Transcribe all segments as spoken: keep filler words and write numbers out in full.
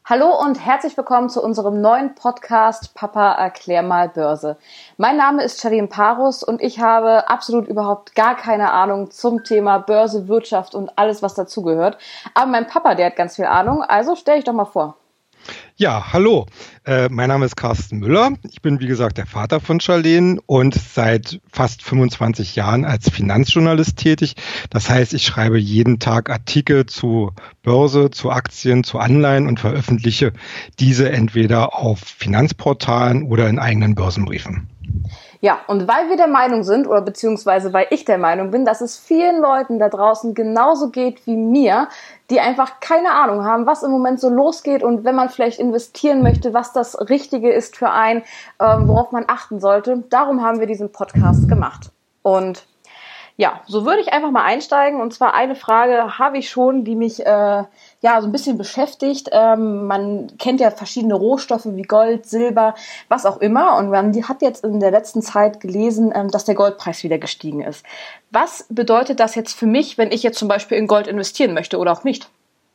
Hallo und herzlich willkommen zu unserem neuen Podcast Papa, erklär mal Börse. Mein Name ist Charlene Parus und ich habe absolut überhaupt gar keine Ahnung zum Thema Börse, Wirtschaft und alles, was dazugehört. Aber mein Papa, der hat ganz viel Ahnung, also stell dich doch mal vor. Ja, hallo. Äh, mein Name ist Carsten Müller. Ich bin, wie gesagt, der Vater von Charlene und seit fast fünfundzwanzig Jahren als Finanzjournalist tätig. Das heißt, ich schreibe jeden Tag Artikel zu Börse, zu Aktien, zu Anleihen und veröffentliche diese entweder auf Finanzportalen oder in eigenen Börsenbriefen. Ja, und weil wir der Meinung sind, oder beziehungsweise weil ich der Meinung bin, dass es vielen Leuten da draußen genauso geht wie mir, die einfach keine Ahnung haben, was im Moment so losgeht und wenn man vielleicht investieren möchte, was das Richtige ist für einen, ähm, worauf man achten sollte. Darum haben wir diesen Podcast gemacht. Und ja, so würde ich einfach mal einsteigen. Und zwar eine Frage habe ich schon, die mich äh, ja so ein bisschen beschäftigt. Ähm, man kennt ja verschiedene Rohstoffe wie Gold, Silber, was auch immer. Und man hat jetzt in der letzten Zeit gelesen, ähm, dass der Goldpreis wieder gestiegen ist. Was bedeutet das jetzt für mich, wenn ich jetzt zum Beispiel in Gold investieren möchte oder auch nicht?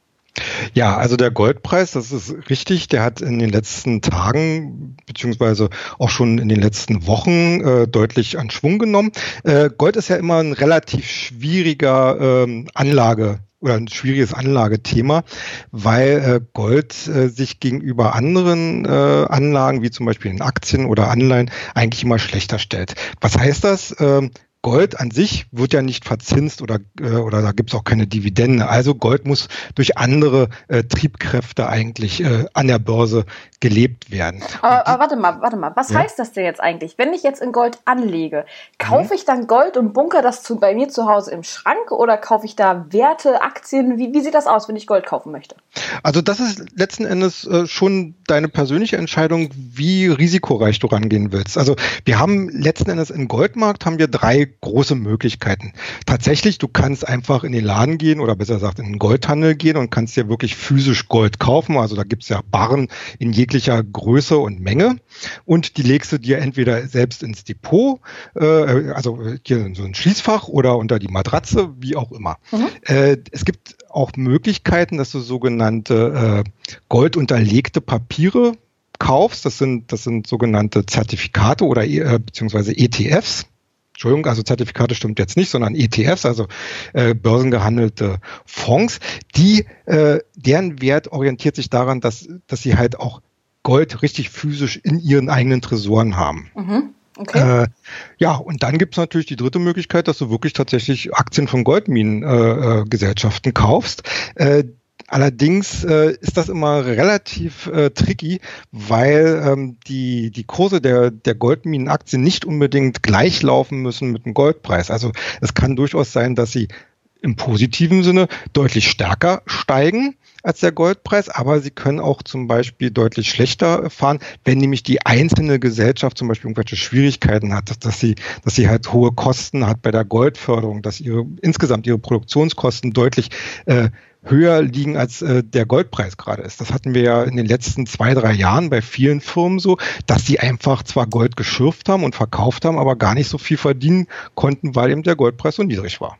Ja, also der Goldpreis, das ist richtig, der hat in den letzten Tagen beziehungsweise auch schon in den letzten Wochen äh, deutlich an Schwung genommen. Äh, Gold ist ja immer ein relativ schwieriger ähm, Anlage oder ein schwieriges Anlagethema, weil äh, Gold äh, sich gegenüber anderen äh, Anlagen, wie zum Beispiel in Aktien oder Anleihen, eigentlich immer schlechter stellt. Was heißt das? Ähm, Gold an sich wird ja nicht verzinst oder äh, oder da gibt es auch keine Dividende. Also Gold muss durch andere äh, Triebkräfte eigentlich äh, an der Börse gelebt werden. Aber, aber warte mal, warte mal, was ja? heißt das denn jetzt eigentlich? Wenn ich jetzt in Gold anlege, kaufe mhm. ich dann Gold und bunker das zu, bei mir zu Hause im Schrank oder kaufe ich da Werte, Aktien? Wie, wie sieht das aus, wenn ich Gold kaufen möchte? Also das ist letzten Endes äh, schon deine persönliche Entscheidung, wie risikoreich du rangehen willst. Also wir haben letzten Endes im Goldmarkt haben wir drei große Möglichkeiten. Tatsächlich, du kannst einfach in den Laden gehen oder besser gesagt in den Goldhandel gehen und kannst dir wirklich physisch Gold kaufen. Also da gibt's ja Barren in jeglicher Größe und Menge und die legst du dir entweder selbst ins Depot, äh, also hier in so ein Schließfach oder unter die Matratze, wie auch immer. Mhm. Äh, es gibt auch Möglichkeiten, dass du sogenannte äh, goldunterlegte Papiere kaufst. Das sind, das sind sogenannte Zertifikate oder äh, beziehungsweise E T Fs. Entschuldigung, also Zertifikate stimmt jetzt nicht, sondern E T Fs, also äh, börsengehandelte Fonds, die äh, deren Wert orientiert sich daran, dass dass sie halt auch Gold richtig physisch in ihren eigenen Tresoren haben. Mhm. Okay. Äh, ja, und dann gibt's natürlich die dritte Möglichkeit, dass du wirklich tatsächlich Aktien von Goldminengesellschaften äh, äh, kaufst. Äh, Allerdings äh, ist das immer relativ äh, tricky, weil ähm, die die Kurse der der Goldminenaktien nicht unbedingt gleich laufen müssen mit dem Goldpreis. Also es kann durchaus sein, dass sie im positiven Sinne deutlich stärker steigen als der Goldpreis, aber sie können auch zum Beispiel deutlich schlechter fahren, wenn nämlich die einzelne Gesellschaft zum Beispiel irgendwelche Schwierigkeiten hat, dass, dass sie, dass sie halt hohe Kosten hat bei der Goldförderung, dass ihre insgesamt ihre Produktionskosten deutlich äh, höher liegen, als äh, der Goldpreis gerade ist. Das hatten wir ja in den letzten zwei, drei Jahren bei vielen Firmen so, dass sie einfach zwar Gold geschürft haben und verkauft haben, aber gar nicht so viel verdienen konnten, weil eben der Goldpreis so niedrig war.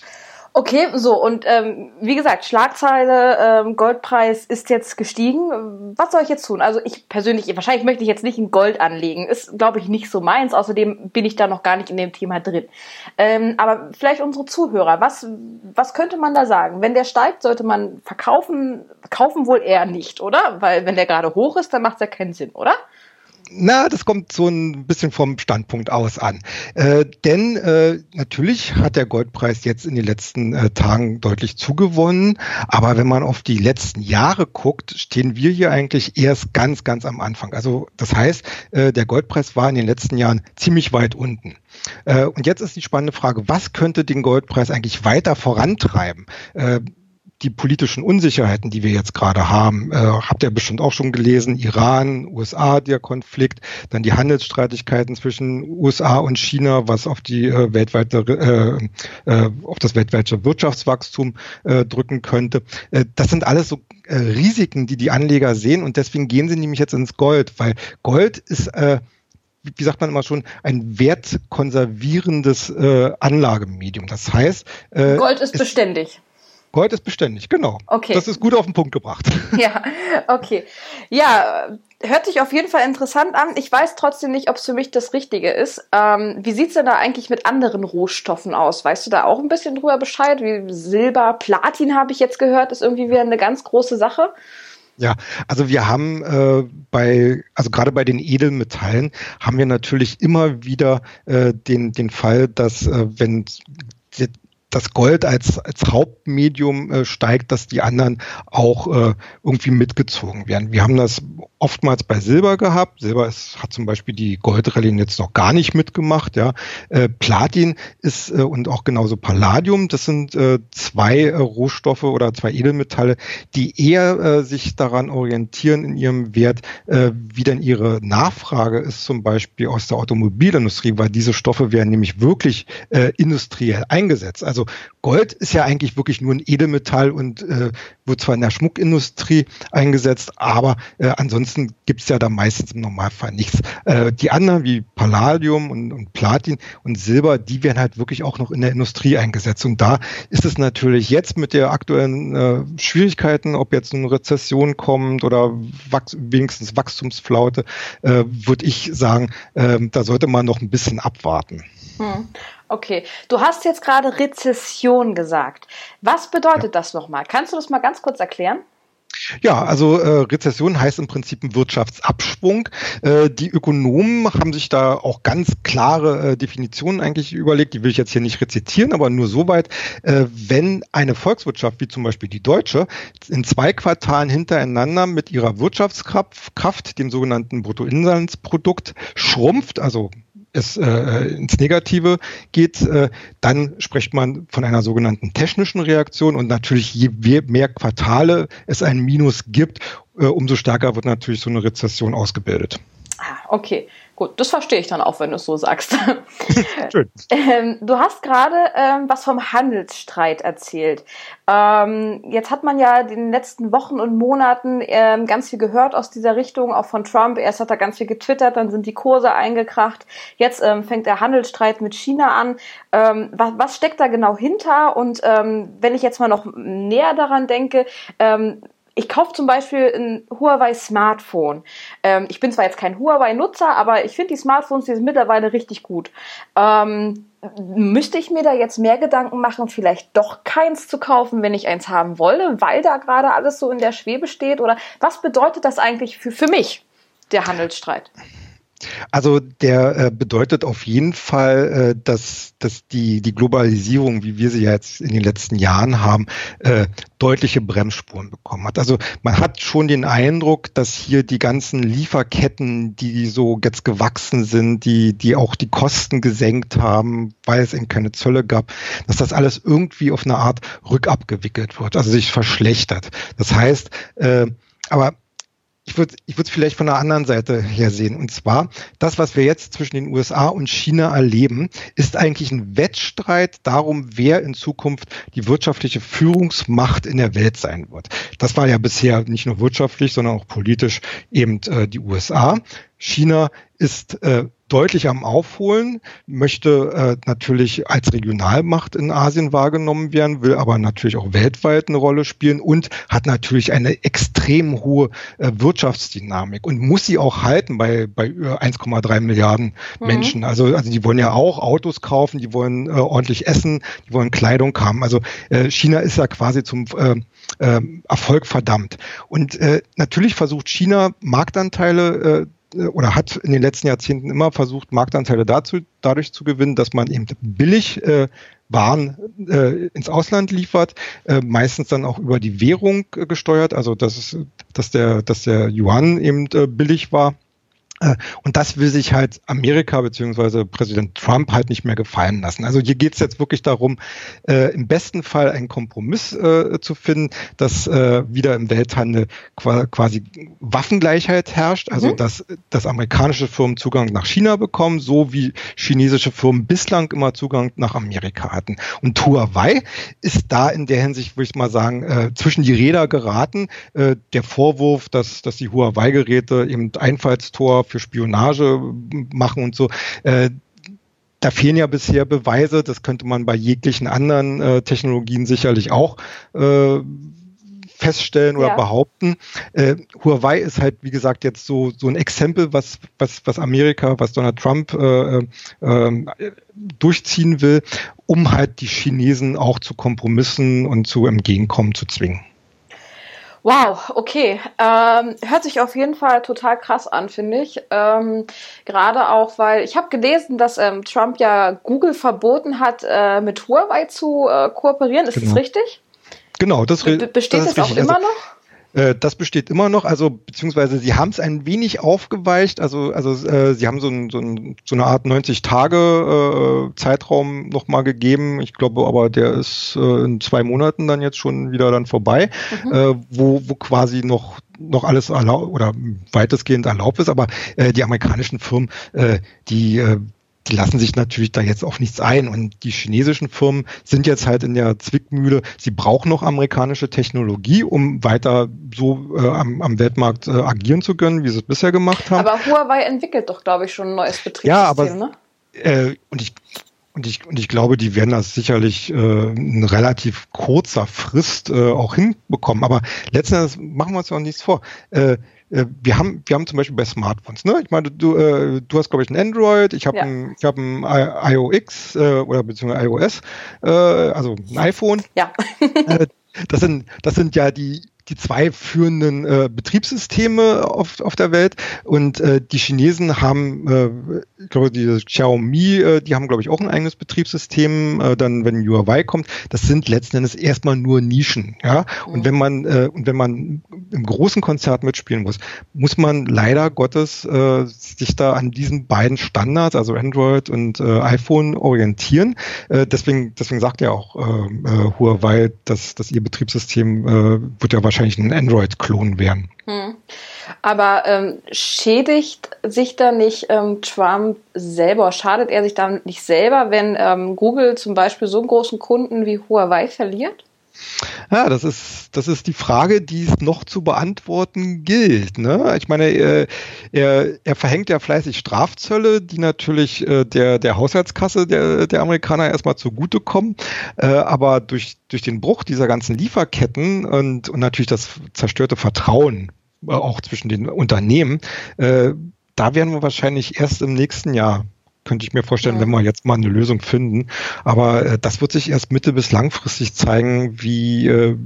Okay, so und ähm, wie gesagt, Schlagzeile, ähm, Goldpreis ist jetzt gestiegen. Was soll ich jetzt tun? Also ich persönlich, wahrscheinlich möchte ich jetzt nicht in Gold anlegen. Ist, glaube ich, nicht so meins. Außerdem bin ich da noch gar nicht in dem Thema drin. Ähm, aber vielleicht unsere Zuhörer, was was könnte man da sagen? Wenn der steigt, sollte man verkaufen, kaufen wohl eher nicht, oder? Weil wenn der gerade hoch ist, dann macht es ja keinen Sinn, oder? Na, das kommt so ein bisschen vom Standpunkt aus an. Äh, denn äh, natürlich hat der Goldpreis jetzt in den letzten äh, Tagen deutlich zugewonnen. Aber wenn man auf die letzten Jahre guckt, stehen wir hier eigentlich erst ganz, ganz am Anfang. Also das heißt, äh, der Goldpreis war in den letzten Jahren ziemlich weit unten. Äh, und jetzt ist die spannende Frage, was könnte den Goldpreis eigentlich weiter vorantreiben? Äh, Die politischen Unsicherheiten, die wir jetzt gerade haben, äh, habt ihr bestimmt auch schon gelesen, Iran, U S A, der Konflikt, dann die Handelsstreitigkeiten zwischen U S A und China, was auf die äh, weltweite, äh, äh, auf das weltweite Wirtschaftswachstum äh, drücken könnte. Äh, das sind alles so äh, Risiken, die die Anleger sehen und deswegen gehen sie nämlich jetzt ins Gold, weil Gold ist äh, wie sagt man immer schon, ein wertkonservierendes äh, Anlagemedium. Das heißt, äh, Gold ist beständig. Gold ist beständig, genau. Okay. Das ist gut auf den Punkt gebracht. Ja, okay. Ja, hört sich auf jeden Fall interessant an. Ich weiß trotzdem nicht, ob es für mich das Richtige ist. Ähm, wie sieht's denn da eigentlich mit anderen Rohstoffen aus? Weißt du da auch ein bisschen drüber Bescheid? Wie Silber, Platin habe ich jetzt gehört, ist irgendwie wieder eine ganz große Sache. Ja, also wir haben äh, bei, also gerade bei den Edelmetallen haben wir natürlich immer wieder äh, den den Fall, dass äh, wenn die, das Gold als, als Hauptmedium äh, steigt, dass die anderen auch äh, irgendwie mitgezogen werden. Wir haben das oftmals bei Silber gehabt. Silber ist, hat zum Beispiel die Goldrallye jetzt noch gar nicht mitgemacht. Ja, äh, Platin ist äh, und auch genauso Palladium. Das sind äh, zwei äh, Rohstoffe oder zwei Edelmetalle, die eher äh, sich daran orientieren in ihrem Wert, äh, wie denn ihre Nachfrage ist, zum Beispiel aus der Automobilindustrie, weil diese Stoffe werden nämlich wirklich äh, industriell eingesetzt. Also Gold ist ja eigentlich wirklich nur ein Edelmetall und äh, wird zwar in der Schmuckindustrie eingesetzt, aber äh, ansonsten gibt's ja da meistens im Normalfall nichts. Äh, die anderen wie Palladium und, und Platin und Silber, die werden halt wirklich auch noch in der Industrie eingesetzt. Und da ist es natürlich jetzt mit der aktuellen äh, Schwierigkeiten, ob jetzt eine Rezession kommt oder wachs- wenigstens Wachstumsflaute, äh, würde ich sagen, äh, da sollte man noch ein bisschen abwarten. Hm. Okay, du hast jetzt gerade Rezession gesagt. Was bedeutet ja. das nochmal? Kannst du das mal ganz kurz erklären? Ja, also äh, Rezession heißt im Prinzip ein Wirtschaftsabschwung. Äh, die Ökonomen haben sich da auch ganz klare äh, Definitionen eigentlich überlegt, die will ich jetzt hier nicht rezitieren, aber nur soweit, äh, wenn eine Volkswirtschaft wie zum Beispiel die deutsche in zwei Quartalen hintereinander mit ihrer Wirtschaftskraft, dem sogenannten Bruttoinlandsprodukt, schrumpft, also es äh, ins Negative geht, äh, dann spricht man von einer sogenannten technischen Reaktion und natürlich je mehr Quartale es ein Minus gibt, äh, umso stärker wird natürlich so eine Rezession ausgebildet. Ah, okay, gut, das verstehe ich dann auch, wenn du es so sagst. Schön. Ähm, du hast gerade ähm, was vom Handelsstreit erzählt. Ähm, jetzt hat man ja in den letzten Wochen und Monaten ähm, ganz viel gehört aus dieser Richtung, auch von Trump. Erst hat er ganz viel getwittert, dann sind die Kurse eingekracht. Jetzt ähm, fängt der Handelsstreit mit China an. Ähm, was, was steckt da genau hinter? Und ähm, wenn ich jetzt mal noch näher daran denke, ähm, ich kaufe zum Beispiel ein Huawei-Smartphone. Ähm, ich bin zwar jetzt kein Huawei-Nutzer, aber ich finde die Smartphones, die sind mittlerweile richtig gut. Ähm, müsste ich mir da jetzt mehr Gedanken machen, vielleicht doch keins zu kaufen, wenn ich eins haben wolle, weil da gerade alles so in der Schwebe steht? Oder was bedeutet das eigentlich für, für mich, der Handelsstreit? Also der äh, bedeutet auf jeden Fall, äh, dass, dass die, die Globalisierung, wie wir sie ja jetzt in den letzten Jahren haben, äh, deutliche Bremsspuren bekommen hat. Also man hat schon den Eindruck, dass hier die ganzen Lieferketten, die so jetzt gewachsen sind, die, die auch die Kosten gesenkt haben, weil es eben keine Zölle gab, dass das alles irgendwie auf eine Art rückabgewickelt wird, also sich verschlechtert. Das heißt, äh, aber Ich würde ich würde es vielleicht von der anderen Seite her sehen. Und zwar, das, was wir jetzt zwischen den U S A und China erleben, ist eigentlich ein Wettstreit darum, wer in Zukunft die wirtschaftliche Führungsmacht in der Welt sein wird. Das war ja bisher nicht nur wirtschaftlich, sondern auch politisch eben äh, die U S A. China ist äh, deutlich am Aufholen, möchte äh, natürlich als Regionalmacht in Asien wahrgenommen werden, will aber natürlich auch weltweit eine Rolle spielen und hat natürlich eine extrem hohe äh, Wirtschaftsdynamik und muss sie auch halten bei bei eins Komma drei Milliarden mhm. Menschen. Also also die wollen ja auch Autos kaufen, die wollen äh, ordentlich essen, die wollen Kleidung haben. Also äh, China ist ja quasi zum äh, äh, Erfolg verdammt. Und äh, natürlich versucht China Marktanteile äh, oder hat in den letzten Jahrzehnten immer versucht, Marktanteile dazu, dadurch zu gewinnen, dass man eben billig äh, Waren äh, ins Ausland liefert, äh, meistens dann auch über die Währung äh, gesteuert, also dass, es, dass, der, dass der Yuan eben äh, billig war. Und das will sich halt Amerika beziehungsweise Präsident Trump halt nicht mehr gefallen lassen. Also hier geht es jetzt wirklich darum, äh, im besten Fall einen Kompromiss äh, zu finden, dass äh, wieder im Welthandel qua- quasi Waffengleichheit herrscht, also mhm. dass, dass amerikanische Firmen Zugang nach China bekommen, so wie chinesische Firmen bislang immer Zugang nach Amerika hatten. Und Huawei ist da in der Hinsicht, würde ich mal sagen, äh, zwischen die Räder geraten. Äh, der Vorwurf, dass, dass die Huawei-Geräte eben Einfallstor für Spionage machen und so. Äh, da fehlen ja bisher Beweise, das könnte man bei jeglichen anderen äh, Technologien sicherlich auch äh, feststellen oder ja. behaupten. Äh, Huawei ist halt, wie gesagt, jetzt so so ein Exempel, was was was Amerika, was Donald Trump äh, äh, durchziehen will, um halt die Chinesen auch zu Kompromissen und zu Entgegenkommen zu zwingen. Wow, okay. Ähm, hört sich auf jeden Fall total krass an, finde ich. Ähm, gerade auch, weil ich habe gelesen, dass ähm, Trump ja Google verboten hat, äh, mit Huawei zu äh, kooperieren. Ist genau. das richtig? Genau, das Be- Besteht das, das auch immer also, noch? Äh, das besteht immer noch, also beziehungsweise sie haben es ein wenig aufgeweicht, also also äh, sie haben so, ein, so, ein, so eine Art neunzig Tage äh, Zeitraum nochmal gegeben, ich glaube aber der ist äh, in zwei Monaten dann jetzt schon wieder dann vorbei, mhm. äh, wo, wo quasi noch noch alles erlaubt oder weitestgehend erlaubt ist, aber äh, die amerikanischen Firmen, äh, die äh, die lassen sich natürlich da jetzt auf nichts ein. Und die chinesischen Firmen sind jetzt halt in der Zwickmühle. Sie brauchen noch amerikanische Technologie, um weiter so äh, am, am Weltmarkt äh, agieren zu können, wie sie es bisher gemacht haben. Aber Huawei entwickelt doch, glaube ich, schon ein neues Betriebssystem, ja, aber, ne? Äh, und ich Und ich, und ich glaube, die werden das sicherlich äh, in relativ kurzer Frist äh, auch hinbekommen. Aber letzten Endes machen wir uns ja auch nichts vor. Äh, Wir haben, wir haben zum Beispiel bei Smartphones, ne? Ich meine, du, äh, du hast, glaube ich, ein Android, ich habe ja. ein, ich habe ein iOS äh, oder beziehungsweise iOS, äh, also ein iPhone. Ja. äh, das sind, das sind ja die die zwei führenden äh, Betriebssysteme auf, auf der Welt und äh, die Chinesen haben, äh, ich glaube, die Xiaomi, äh, die haben, glaube ich, auch ein eigenes Betriebssystem, äh, dann, wenn Huawei kommt, das sind letzten Endes erstmal nur Nischen, ja, mhm. und wenn man, äh, und wenn man im großen Konzert mitspielen muss, muss man leider Gottes äh, sich da an diesen beiden Standards, also Android und äh, iPhone orientieren, äh, deswegen, deswegen sagt ja auch äh, äh, Huawei, dass, dass ihr Betriebssystem äh, wird ja wahrscheinlich wahrscheinlich ein Android-Klon werden. Hm. Aber ähm, schädigt sich da nicht ähm, Trump selber, schadet er sich da nicht selber, wenn ähm, Google zum Beispiel so einen großen Kunden wie Huawei verliert? Ja, das ist, das ist die Frage, die es noch zu beantworten gilt. Ne? Ich meine, er, er, er verhängt ja fleißig Strafzölle, die natürlich äh, der, der Haushaltskasse der, der Amerikaner erstmal zugutekommen. Äh, aber durch, durch den Bruch dieser ganzen Lieferketten und, und natürlich das zerstörte Vertrauen äh, auch zwischen den Unternehmen, äh, da werden wir wahrscheinlich erst im nächsten Jahr, könnte ich mir vorstellen, ja. wenn wir jetzt mal eine Lösung finden. Aber äh, das wird sich erst mittel- bis langfristig zeigen, wie, äh,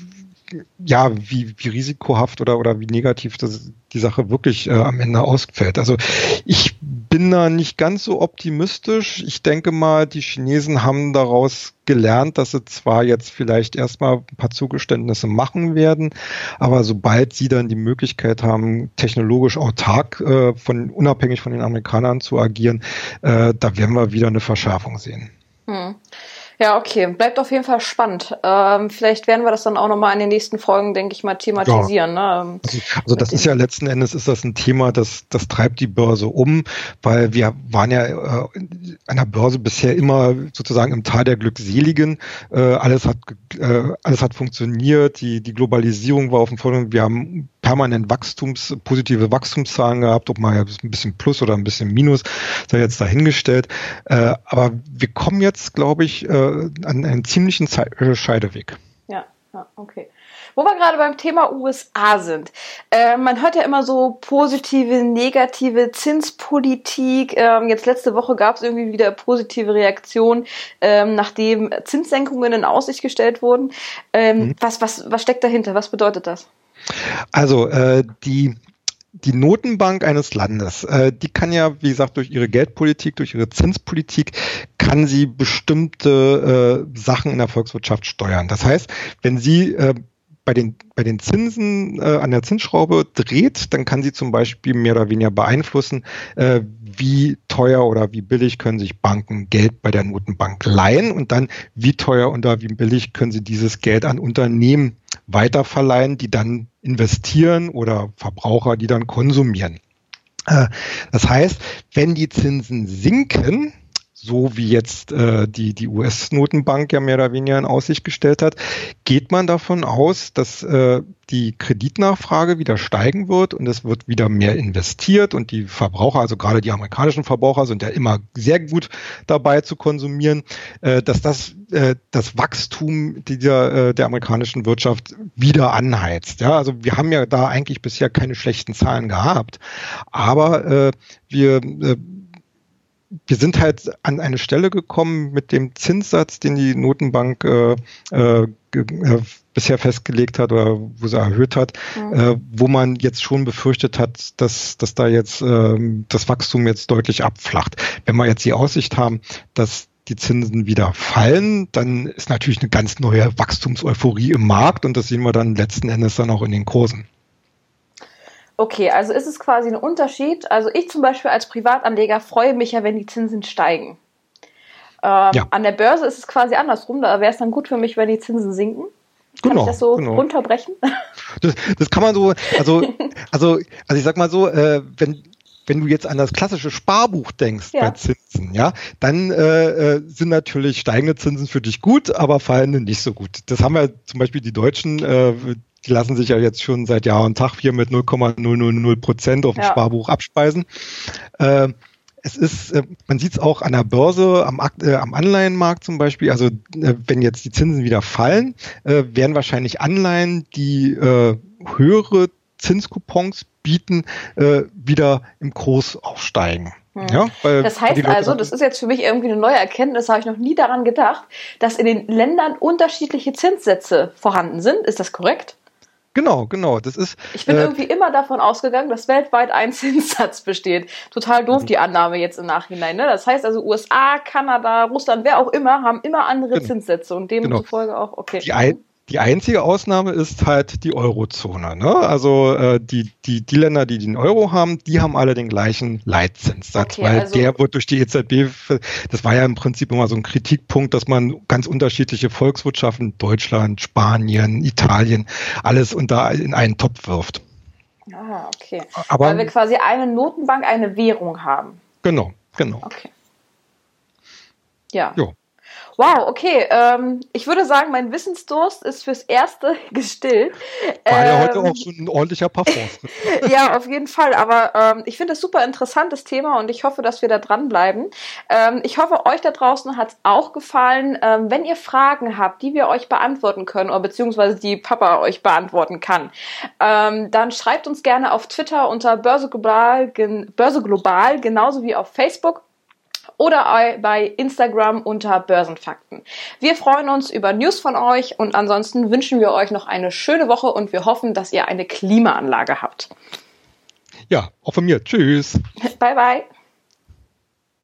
ja, wie, wie risikohaft oder, oder wie negativ das, die Sache wirklich äh, am Ende ausfällt. Also ich bin da nicht ganz so optimistisch. Ich denke mal, die Chinesen haben daraus gelernt, dass sie zwar jetzt vielleicht erstmal ein paar Zugeständnisse machen werden, aber sobald sie dann die Möglichkeit haben, technologisch autark, äh, von, unabhängig von den Amerikanern zu agieren, äh, da werden wir wieder eine Verschärfung sehen. Hm. Ja, okay. Bleibt auf jeden Fall spannend. Ähm, vielleicht werden wir das dann auch nochmal in den nächsten Folgen, denke ich mal, thematisieren. Ja. Ne? Also, also das ist ja letzten Endes ist das ein Thema, das, das treibt die Börse um, weil wir waren ja äh, an der Börse bisher immer sozusagen im Tal der Glückseligen. Äh, alles hat äh, alles hat funktioniert, die, die Globalisierung war auf dem Vordergrund. Wir haben permanent Wachstums, positive Wachstumszahlen gehabt, ob mal ein bisschen Plus oder ein bisschen Minus, sei jetzt dahingestellt. Äh, aber wir kommen jetzt, glaube ich, äh, an einen ziemlichen Ze- Scheideweg. Ja, ja, okay. Wo wir gerade beim Thema U S A sind. Äh, man hört ja immer so positive, negative Zinspolitik. Ähm, jetzt letzte Woche gab es irgendwie wieder positive Reaktionen, ähm, nachdem Zinssenkungen in Aussicht gestellt wurden. Ähm, mhm. was, was, was steckt dahinter? Was bedeutet das? Also äh, die Die Notenbank eines Landes, äh, die kann ja, wie gesagt, durch ihre Geldpolitik, durch ihre Zinspolitik, kann sie bestimmte äh, Sachen in der Volkswirtschaft steuern. Das heißt, wenn sie äh, bei den, bei den Zinsen äh, an der Zinsschraube dreht, dann kann sie zum Beispiel mehr oder weniger beeinflussen, äh, wie teuer oder wie billig können sich Banken Geld bei der Notenbank leihen und dann wie teuer oder wie billig können sie dieses Geld an Unternehmen weiterverleihen, die dann investieren oder Verbraucher, die dann konsumieren. Äh, das heißt, wenn die Zinsen sinken, so wie jetzt äh, die, die U S-Notenbank ja mehr oder weniger in Aussicht gestellt hat, geht man davon aus, dass äh, die Kreditnachfrage wieder steigen wird und es wird wieder mehr investiert und die Verbraucher, also gerade die amerikanischen Verbraucher, sind ja immer sehr gut dabei zu konsumieren, äh, dass das äh, das Wachstum dieser, äh, der amerikanischen Wirtschaft wieder anheizt. Ja, also wir haben ja da eigentlich bisher keine schlechten Zahlen gehabt, aber äh, wir äh, Wir sind halt an eine Stelle gekommen mit dem Zinssatz, den die Notenbank äh, äh, äh, bisher festgelegt hat oder wo sie erhöht hat, mhm. äh, wo man jetzt schon befürchtet hat, dass, dass da jetzt äh, das Wachstum jetzt deutlich abflacht. Wenn wir jetzt die Aussicht haben, dass die Zinsen wieder fallen, dann ist natürlich eine ganz neue Wachstumseuphorie im Markt und das sehen wir dann letzten Endes dann auch in den Kursen. Okay, also ist es quasi ein Unterschied. Also ich zum Beispiel als Privatanleger freue mich ja, wenn die Zinsen steigen. Ähm, ja. An der Börse ist es quasi andersrum. Da wäre es dann gut für mich, wenn die Zinsen sinken. Kann genau, ich das so genau. runterbrechen? Das, das kann man so, also, also, also ich sag mal so, äh, wenn Wenn du jetzt an das klassische Sparbuch denkst ja. bei Zinsen, ja, dann äh, sind natürlich steigende Zinsen für dich gut, aber fallende nicht so gut. Das haben wir zum Beispiel die Deutschen, äh, die lassen sich ja jetzt schon seit Jahr und Tag hier mit null Komma null null null Prozent auf dem ja. Sparbuch abspeisen. Äh, es ist, äh, man sieht es auch an der Börse, am, äh, am Anleihenmarkt zum Beispiel. Also äh, wenn jetzt die Zinsen wieder fallen, äh, werden wahrscheinlich Anleihen, die äh, höhere Zinskupons bieten, äh, wieder im Kurs aufsteigen. Hm. Ja, weil das heißt also, das ist jetzt für mich irgendwie eine neue Erkenntnis, habe ich noch nie daran gedacht, dass in den Ländern unterschiedliche Zinssätze vorhanden sind. Ist das korrekt? Genau, genau. Das ist. Ich bin äh, irgendwie immer davon ausgegangen, dass weltweit ein Zinssatz besteht. Total doof die Annahme jetzt im Nachhinein. Ne? Das heißt also, U S A, Kanada, Russland, wer auch immer, haben immer andere genau. Zinssätze und demzufolge genau. auch, okay. Die, ein, die einzige Ausnahme ist halt die Eurozone. Ne? Also äh, die, die, die Länder, die den Euro haben, die haben alle den gleichen Leitzinssatz, okay, weil also der wird durch die E Z B, das war ja im Prinzip immer so ein Kritikpunkt, dass man ganz unterschiedliche Volkswirtschaften, Deutschland, Spanien, Italien, alles unter in einen Topf wirft. Ah, okay. Aber, weil wir quasi eine Notenbank, eine Währung haben. Genau, genau. Okay. Ja. Jo. Wow, okay. Ähm, ich würde sagen, mein Wissensdurst ist fürs Erste gestillt. War ja ähm, heute auch schon ein ordentlicher Parfums. Ja, auf jeden Fall. Aber ähm, ich finde das super interessantes Thema und ich hoffe, dass wir da dranbleiben. Ähm, ich hoffe, euch da draußen hat es auch gefallen. Ähm, wenn ihr Fragen habt, die wir euch beantworten können oder beziehungsweise die Papa euch beantworten kann, ähm, dann schreibt uns gerne auf Twitter unter Börse Global, gen, Börse Global, genauso wie auf Facebook. Oder bei Instagram unter Börsenfakten. Wir freuen uns über News von euch und ansonsten wünschen wir euch noch eine schöne Woche und wir hoffen, dass ihr eine Klimaanlage habt. Ja, auch von mir. Tschüss. Bye, bye.